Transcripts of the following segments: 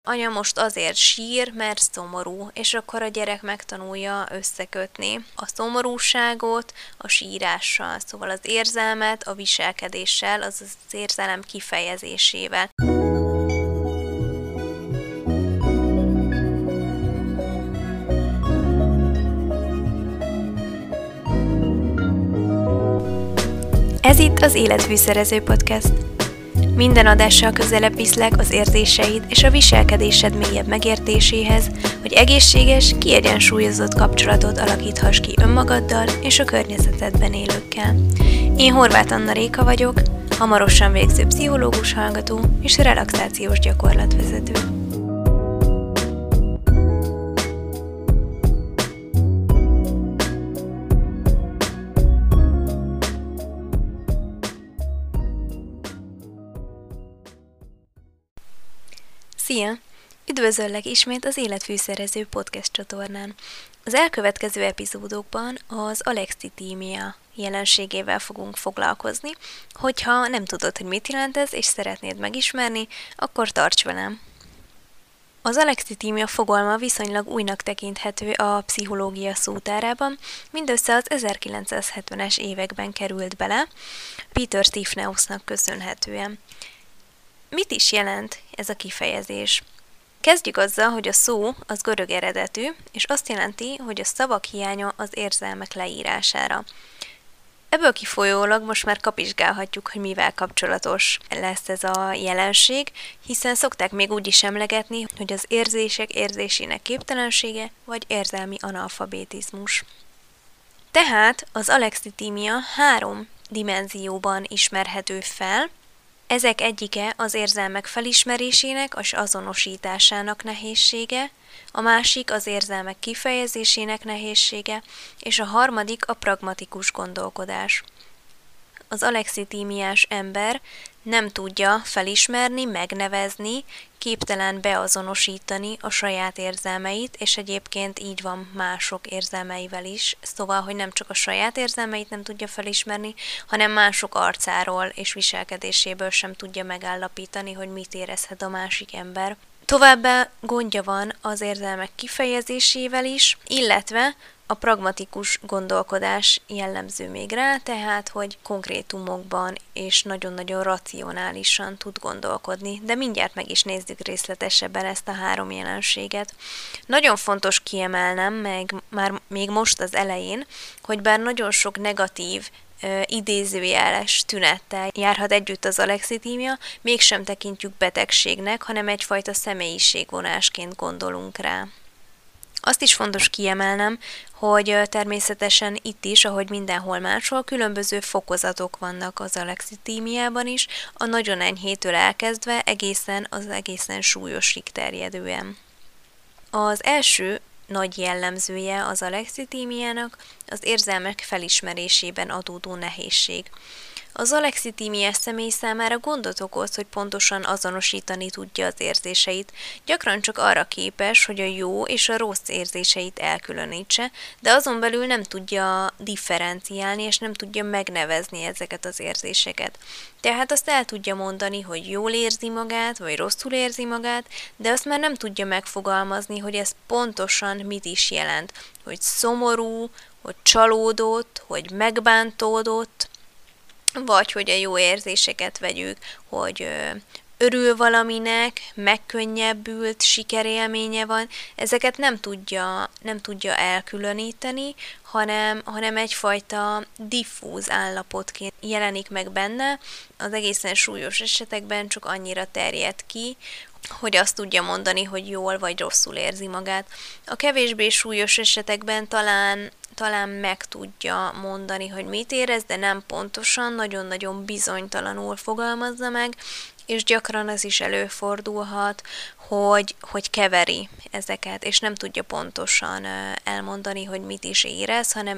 Anya most azért sír, mert szomorú, és akkor a gyerek megtanulja összekötni a szomorúságot a sírással, szóval az érzelmet a viselkedéssel, azaz az érzelem kifejezésével. Ez itt az Életfűszerező Podcast. Minden adással közelebb viszlek az érzéseid és a viselkedésed mélyebb megértéséhez, hogy egészséges, kiegyensúlyozott kapcsolatot alakíthass ki önmagaddal és a környezetedben élőkkel. Én Horváth Anna Réka vagyok, hamarosan végző pszichológus hallgató és relaxációs gyakorlatvezető. Szia! Üdvözöllek ismét az Életfűszerező Podcast csatornán. Az elkövetkező epizódokban az alexitímia jelenségével fogunk foglalkozni. Hogyha nem tudod, hogy mit jelent ez, és szeretnéd megismerni, akkor tarts velem! Az alexitímia fogalma viszonylag újnak tekinthető a pszichológia szótárában, mindössze az 1970-es években került bele, Peter Stiefneusnak köszönhetően. Mit is jelent ez a kifejezés? Kezdjük azzal, hogy a szó az görög eredetű, és azt jelenti, hogy a szavak hiánya az érzelmek leírására. Ebből kifolyólag most már kapizsgálhatjuk, hogy mivel kapcsolatos lesz ez a jelenség, hiszen szokták még úgy is emlegetni, hogy az érzések érzésének képtelensége, vagy érzelmi analfabetizmus. Tehát az alexitímia 3 dimenzióban ismerhető fel. Ezek egyike az érzelmek felismerésének és azonosításának nehézsége, a másik az érzelmek kifejezésének nehézsége, és a harmadik a pragmatikus gondolkodás. Az alexitímiás ember nem tudja felismerni, megnevezni, képtelen beazonosítani a saját érzelmeit, és egyébként így van mások érzelmeivel is, szóval, hogy nem csak a saját érzelmeit nem tudja felismerni, hanem mások arcáról és viselkedéséből sem tudja megállapítani, hogy mit érezhet a másik ember. Továbbá gondja van az érzelmek kifejezésével is, illetve a pragmatikus gondolkodás jellemző még rá, tehát, hogy konkrétumokban és nagyon-nagyon racionálisan tud gondolkodni, de mindjárt meg is nézzük részletesebben ezt a 3 jelenséget. Nagyon fontos kiemelnem meg már még most az elején, hogy bár nagyon sok negatív idézőjeles tünettel járhat együtt az alexitímia, mégsem tekintjük betegségnek, hanem egyfajta személyiségvonásként gondolunk rá. Azt is fontos kiemelnem, hogy természetesen itt is, ahogy mindenhol máshol, különböző fokozatok vannak az alexitímiában is, a nagyon enyhétől elkezdve egészen az egészen súlyosig terjedően. Az első nagy jellemzője az alexitímiának az érzelmek felismerésében adódó nehézség. Az alexitímiás személy számára gondot okoz, hogy pontosan azonosítani tudja az érzéseit. Gyakran csak arra képes, hogy a jó és a rossz érzéseit elkülönítse, de azon belül nem tudja differenciálni és nem tudja megnevezni ezeket az érzéseket. Tehát azt el tudja mondani, hogy jól érzi magát, vagy rosszul érzi magát, de azt már nem tudja megfogalmazni, hogy ez pontosan mit is jelent. Hogy szomorú, hogy csalódott, hogy megbántódott, vagy hogy a jó érzéseket vegyük, hogy örül valaminek, megkönnyebbült, sikerélménye van, ezeket nem tudja elkülöníteni, hanem egyfajta diffúz állapotként jelenik meg benne, az egészen súlyos esetekben csak annyira terjed ki, hogy azt tudja mondani, hogy jól vagy rosszul érzi magát. A kevésbé súlyos esetekben talán meg tudja mondani, hogy mit érez, de nem pontosan, nagyon-nagyon bizonytalanul fogalmazza meg, és gyakran az is előfordulhat, hogy keveri ezeket, és nem tudja pontosan elmondani, hogy mit is érez, hanem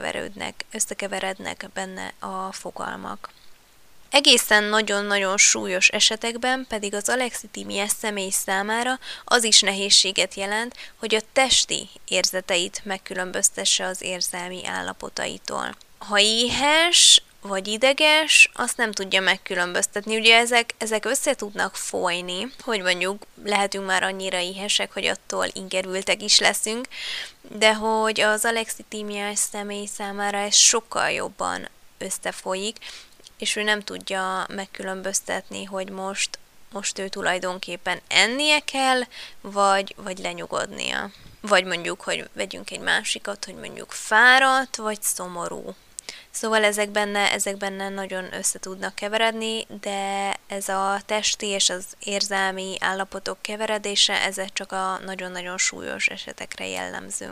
összekeverednek benne a fogalmak. Egészen nagyon-nagyon súlyos esetekben pedig az alexitímiás személy számára az is nehézséget jelent, hogy a testi érzeteit megkülönböztesse az érzelmi állapotaitól. Ha éhes, vagy ideges, azt nem tudja megkülönböztetni. Ugye ezek össze tudnak folyni, hogy mondjuk lehetünk már annyira éhesek, hogy attól ingerültek is leszünk, de hogy az alexitímiás személy számára ez sokkal jobban összefolyik, és ő nem tudja megkülönböztetni, hogy most ő tulajdonképpen ennie kell, vagy lenyugodnia. Vagy mondjuk, hogy vegyünk egy másikat, hogy mondjuk fáradt, vagy szomorú. Szóval ezek benne nagyon össze tudnak keveredni, de ez a testi és az érzelmi állapotok keveredése, ez csak a nagyon-nagyon súlyos esetekre jellemző.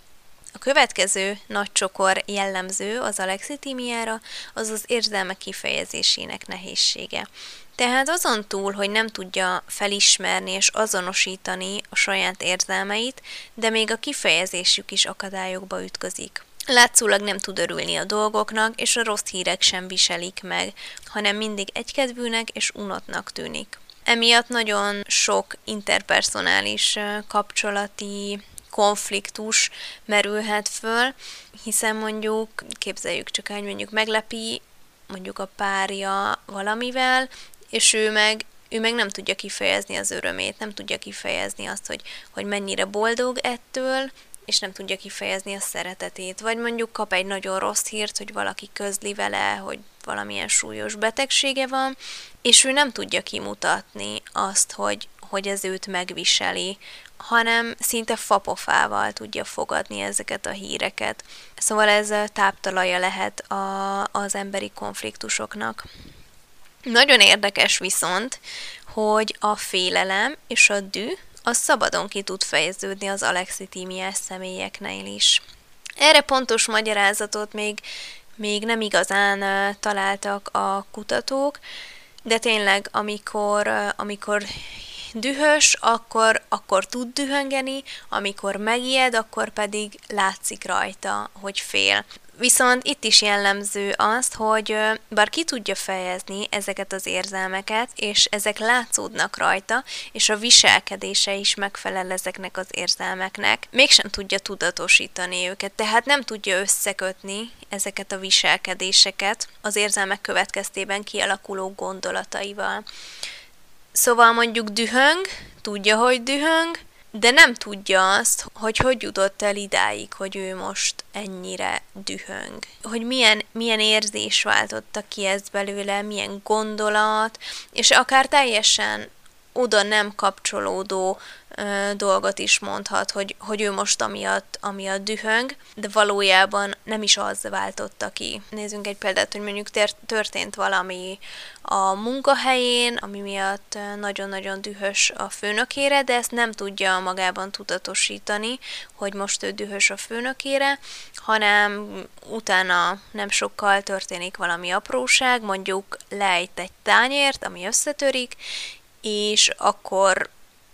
A következő nagy csokor jellemző az alexitímiára, az az érzelmek kifejezésének nehézsége. Tehát azon túl, hogy nem tudja felismerni és azonosítani a saját érzelmeit, de még a kifejezésük is akadályokba ütközik. Látszólag nem tud örülni a dolgoknak, és a rossz hírek sem viselik meg, hanem mindig egykedvűnek és unottnak tűnik. Emiatt nagyon sok interpersonális kapcsolati konfliktus merülhet föl, hiszen mondjuk, képzeljük csak, hogy mondjuk meglepi mondjuk a párja valamivel, és ő meg nem tudja kifejezni az örömét, nem tudja kifejezni azt, hogy mennyire boldog ettől, és nem tudja kifejezni a szeretetét. Vagy mondjuk kap egy nagyon rossz hírt, hogy valaki közli vele, hogy valamilyen súlyos betegsége van, és ő nem tudja kimutatni azt, hogy ez őt megviseli, hanem szinte fapofával tudja fogadni ezeket a híreket. Szóval ez táptalaja lehet az emberi konfliktusoknak. Nagyon érdekes viszont, hogy a félelem és a düh az szabadon ki tud fejeződni az alexitímiás személyeknél is. Erre pontos magyarázatot még nem igazán találtak a kutatók, de tényleg, amikor dühös, akkor tud dühöngeni, amikor megijed, akkor pedig látszik rajta, hogy fél. Viszont itt is jellemző az, hogy bár ki tudja fejezni ezeket az érzelmeket, és ezek látszódnak rajta, és a viselkedése is megfelel ezeknek az érzelmeknek, mégsem tudja tudatosítani őket, tehát nem tudja összekötni ezeket a viselkedéseket az érzelmek következtében kialakuló gondolataival. Szóval mondjuk dühöng, tudja, hogy dühöng, de nem tudja azt, hogy jutott el idáig, hogy ő most ennyire dühöng. Hogy milyen érzés váltotta ki ezt belőle, milyen gondolat, és akár teljesen oda nem kapcsolódó dolgot is mondhat, hogy ő most amiatt dühöng, de valójában nem is az váltotta ki. Nézzünk egy példát, hogy mondjuk történt valami a munkahelyén, ami miatt nagyon-nagyon dühös a főnökére, de ezt nem tudja magában tudatosítani, hogy most ő dühös a főnökére, hanem utána nem sokkal történik valami apróság, mondjuk lejt egy tányért, ami összetörik, és akkor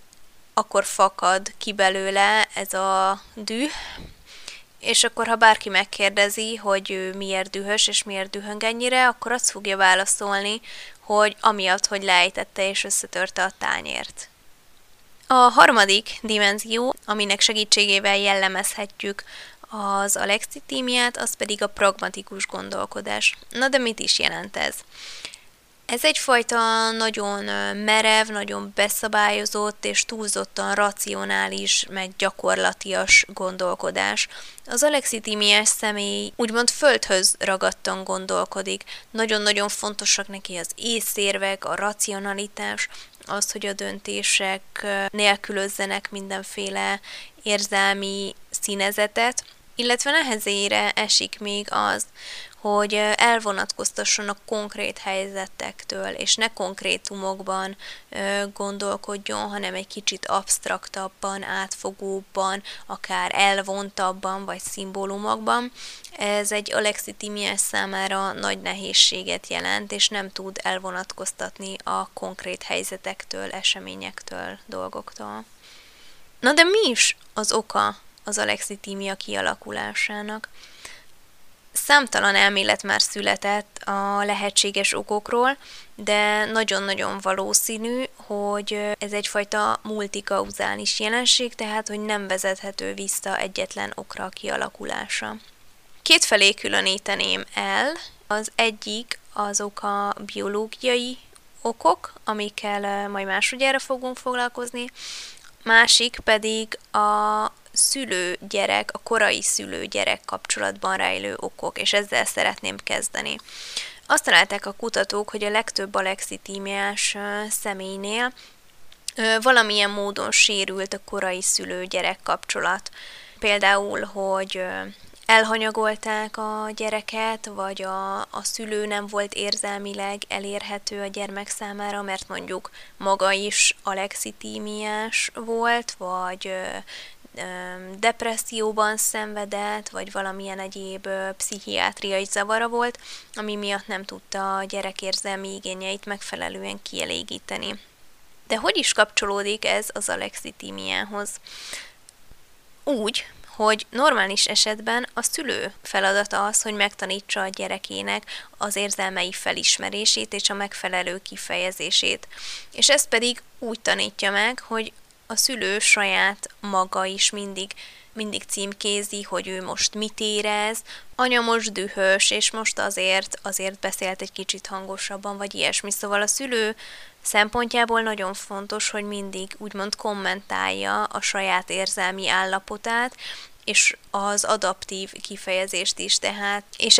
fakad ki belőle ez a düh, és akkor ha bárki megkérdezi, hogy ő miért dühös és miért dühöng ennyire, akkor azt fogja válaszolni, hogy amiatt, hogy lejtette és összetörte a tányért. A harmadik dimenzió, aminek segítségével jellemezhetjük az alexitímiát, az pedig a pragmatikus gondolkodás. Na de mit is jelent ez? Ez egyfajta nagyon merev, nagyon beszabályozott és túlzottan racionális, meg gyakorlatias gondolkodás. Az alexitímiás személy úgymond földhöz ragadtan gondolkodik. Nagyon-nagyon fontosak neki az észérvek, a racionalitás, az, hogy a döntések nélkülözzenek mindenféle érzelmi színezetet, illetve nehezére esik még az, hogy elvonatkoztasson a konkrét helyzetektől, és ne konkrétumokban gondolkodjon, hanem egy kicsit absztraktabban, átfogóbban, akár elvontabban, vagy szimbólumokban. Ez egy alexitímiás számára nagy nehézséget jelent, és nem tud elvonatkoztatni a konkrét helyzetektől, eseményektől, dolgoktól. Na de mi is az oka az alexitímia kialakulásának? Számtalan elmélet már született a lehetséges okokról, de nagyon-nagyon valószínű, hogy ez egyfajta multikauzális jelenség, tehát hogy nem vezethető vissza egyetlen okra kialakulása. Kétfelé különíteném el Az egyik azok a biológiai okok, amikkel majd másodjára fogunk foglalkozni, másik pedig a szülő-gyerek, a korai szülő-gyerek kapcsolatban rejlő okok, és ezzel szeretném kezdeni. Azt találták a kutatók, hogy a legtöbb alexitímiás személynél valamilyen módon sérült a korai szülő-gyerek kapcsolat. Például, hogy elhanyagolták a gyereket, vagy a szülő nem volt érzelmileg elérhető a gyermek számára, mert mondjuk maga is alexitímiás volt, vagy depresszióban szenvedett, vagy valamilyen egyéb pszichiátriai zavara volt, ami miatt nem tudta a gyerek érzelmi igényeit megfelelően kielégíteni. De hogy is kapcsolódik ez az alexitímiához? Úgy, hogy normális esetben a szülő feladata az, hogy megtanítsa a gyerekének az érzelmei felismerését és a megfelelő kifejezését. És ezt pedig úgy tanítja meg, hogy a szülő saját maga is mindig címkézi, hogy ő most mit érez, anya most dühös, és most azért beszélt egy kicsit hangosabban, vagy ilyesmi. Szóval a szülő szempontjából nagyon fontos, hogy mindig úgymond kommentálja a saját érzelmi állapotát, és az adaptív kifejezést is tehát. És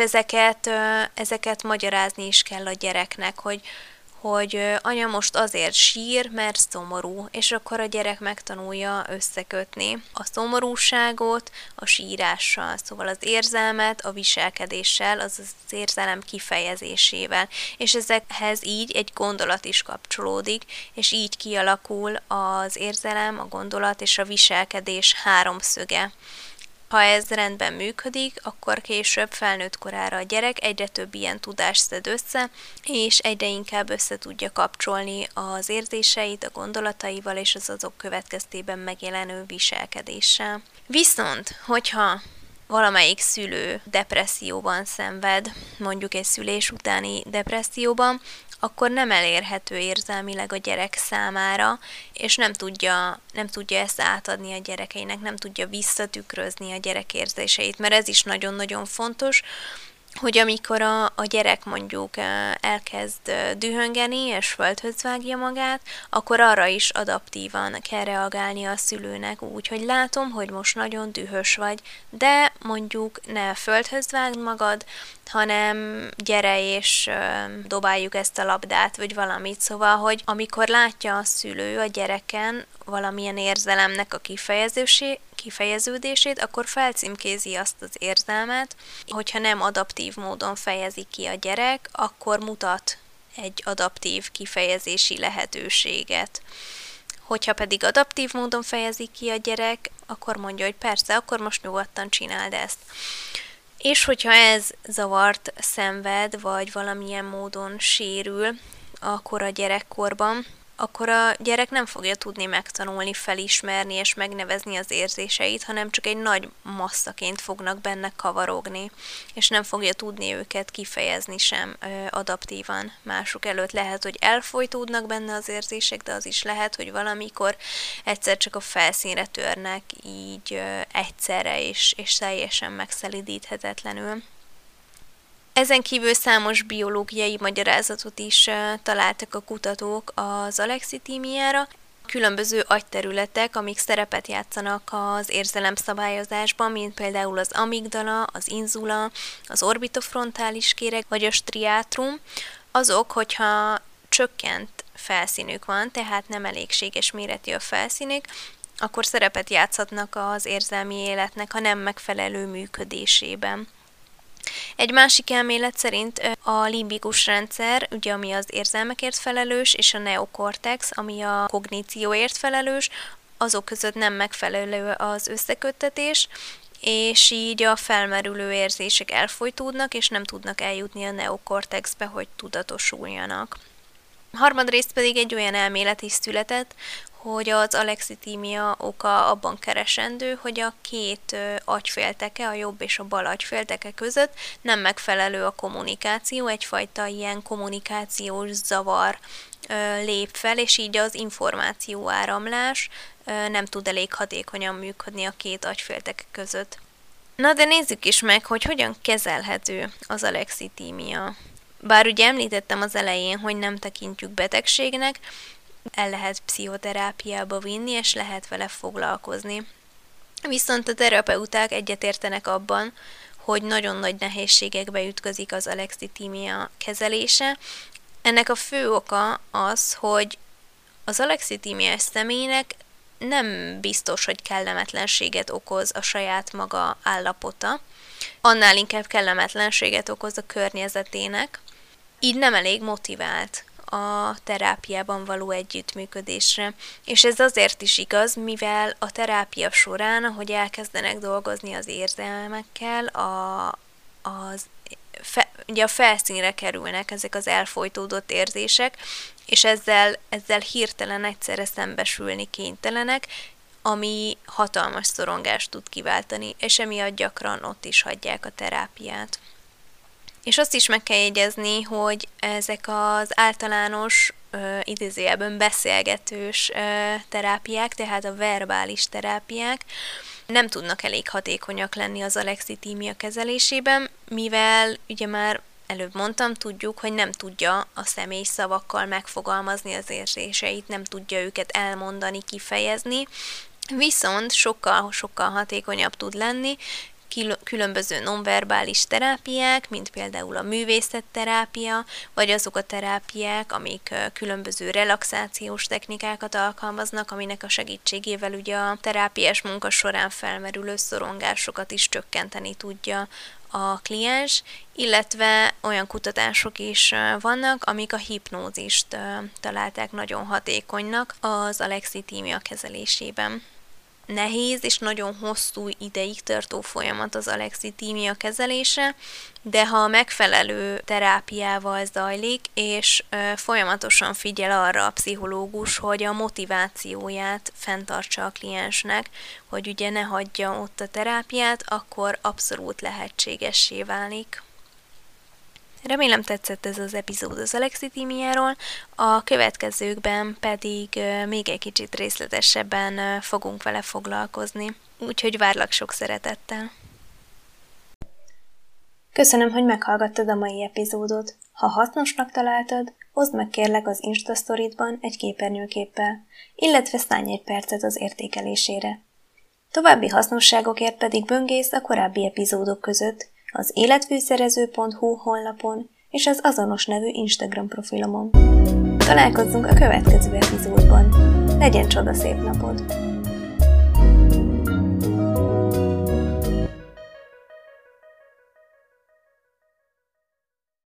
ezeket magyarázni is kell a gyereknek, hogy anya most azért sír, mert szomorú, és akkor a gyerek megtanulja összekötni a szomorúságot a sírással, szóval az érzelmet a viselkedéssel, az érzelem kifejezésével, és ezekhez így egy gondolat is kapcsolódik, és így kialakul az érzelem, a gondolat és a viselkedés háromszöge. Ha ez rendben működik, akkor később felnőtt korára a gyerek egyre több ilyen tudást szed össze, és egyre inkább össze tudja kapcsolni az érzéseit a gondolataival és az azok következtében megjelenő viselkedéssel. Viszont, hogyha valamelyik szülő depresszióban szenved, mondjuk egy szülés utáni depresszióban, akkor nem elérhető érzelmileg a gyerek számára, és nem tudja ezt átadni a gyerekeinek, nem tudja visszatükrözni a gyerek érzéseit, mert ez is nagyon-nagyon fontos, hogy amikor a gyerek mondjuk elkezd dühöngeni és földhöz vágja magát, akkor arra is adaptívan kell reagálni a szülőnek úgy, hogy látom, hogy most nagyon dühös vagy, de mondjuk ne földhöz vágd magad, hanem gyere és dobáljuk ezt a labdát, vagy valamit. Szóval, hogy amikor látja a szülő a gyereken valamilyen érzelemnek a kifejeződését, akkor felcímkézi azt az érzelmet, hogyha nem adaptív módon fejezi ki a gyerek, akkor mutat egy adaptív kifejezési lehetőséget. Hogyha pedig adaptív módon fejezi ki a gyerek, akkor mondja, hogy persze, akkor most nyugodtan csináld ezt. És hogyha ez zavart szenved, vagy valamilyen módon sérül, akkor a gyerekkorban, akkor a gyerek nem fogja tudni megtanulni, felismerni és megnevezni az érzéseit, hanem csak egy nagy masszaként fognak benne kavarogni, és nem fogja tudni őket kifejezni sem adaptívan mások előtt. Lehet, hogy elfojtódnak benne az érzések, de az is lehet, hogy valamikor egyszer csak a felszínre törnek így egyszerre, és teljesen megszelidíthetetlenül. Ezen kívül számos biológiai magyarázatot is találtak a kutatók az alexitímiára. Különböző agyterületek, amik szerepet játszanak az érzelemszabályozásban, mint például az amigdala, az inzula, az orbitofrontális kéreg vagy a striátrum, azok, hogyha csökkent felszínük van, tehát nem elégséges méretű a felszínük, akkor szerepet játszhatnak az érzelmi életnek a nem megfelelő működésében. Egy másik elmélet szerint a limbikus rendszer, ugye, ami az érzelmekért felelős, és a neokortex, ami a kognícióért felelős, azok között nem megfelelő az összeköttetés, és így a felmerülő érzések elfojtódnak, és nem tudnak eljutni a neokortexbe, hogy tudatosuljanak. Harmadrészt pedig egy olyan elmélet is született, hogy az alexitímia oka abban keresendő, hogy a két agyfélteke, a jobb és a bal agyfélteke között nem megfelelő a kommunikáció, egyfajta ilyen kommunikációs zavar lép fel, és így az információáramlás nem tud elég hatékonyan működni a két agyfélteke között. Na de nézzük is meg, hogy hogyan kezelhető az alexitímia. Bár ugye említettem az elején, hogy nem tekintjük betegségnek, el lehet pszichoterápiába vinni, és lehet vele foglalkozni. Viszont a terapeuták egyetértenek abban, hogy nagyon nagy nehézségekbe ütközik az alexitímia kezelése. Ennek a fő oka az, hogy az alexitímiás személynek nem biztos, hogy kellemetlenséget okoz a saját maga állapota, annál inkább kellemetlenséget okoz a környezetének, így nem elég motivált a terápiában való együttműködésre. És ez azért is igaz, mivel a terápia során, ahogy elkezdenek dolgozni az érzelmekkel, ugye a felszínre kerülnek ezek az elfojtódott érzések, és ezzel hirtelen egyszerre szembesülni kénytelenek, ami hatalmas szorongást tud kiváltani, és emiatt gyakran ott is hagyják a terápiát. És azt is meg kell jegyezni, hogy ezek az általános, idézőjelben beszélgetős terápiák, tehát a verbális terápiák nem tudnak elég hatékonyak lenni az alexitímia kezelésében, mivel ugye már előbb mondtam, tudjuk, hogy nem tudja a személy szavakkal megfogalmazni az érzéseit, nem tudja őket elmondani, kifejezni, viszont sokkal hatékonyabb tud lenni különböző nonverbális terápiák, mint például a művészetterápia, vagy azok a terápiák, amik különböző relaxációs technikákat alkalmaznak, aminek a segítségével ugye a terápiás munka során felmerülő szorongásokat is csökkenteni tudja a kliens, illetve olyan kutatások is vannak, amik a hipnózist találták nagyon hatékonynak az alexitímia kezelésében. Nehéz és nagyon hosszú ideig tartó folyamat az alexitímia kezelése, de ha megfelelő terápiával zajlik, és folyamatosan figyel arra a pszichológus, hogy a motivációját fenntartsa a kliensnek, hogy ugye ne hagyja ott a terápiát, akkor abszolút lehetségessé válik. Remélem tetszett ez az epizód az alexitímiáról, a következőkben pedig még egy kicsit részletesebben fogunk vele foglalkozni. Úgyhogy várlak sok szeretettel. Köszönöm, hogy meghallgattad a mai epizódot. Ha hasznosnak találtad, oszd meg kérlek az Insta Storytban egy képernyőképpel, illetve szállj egy percet az értékelésére. További hasznosságokért pedig böngész a korábbi epizódok között, az életfűszerező.hu honlapon és az azonos nevű Instagram profilomon. Találkozzunk a következő epizódban. Legyen csodaszép napod!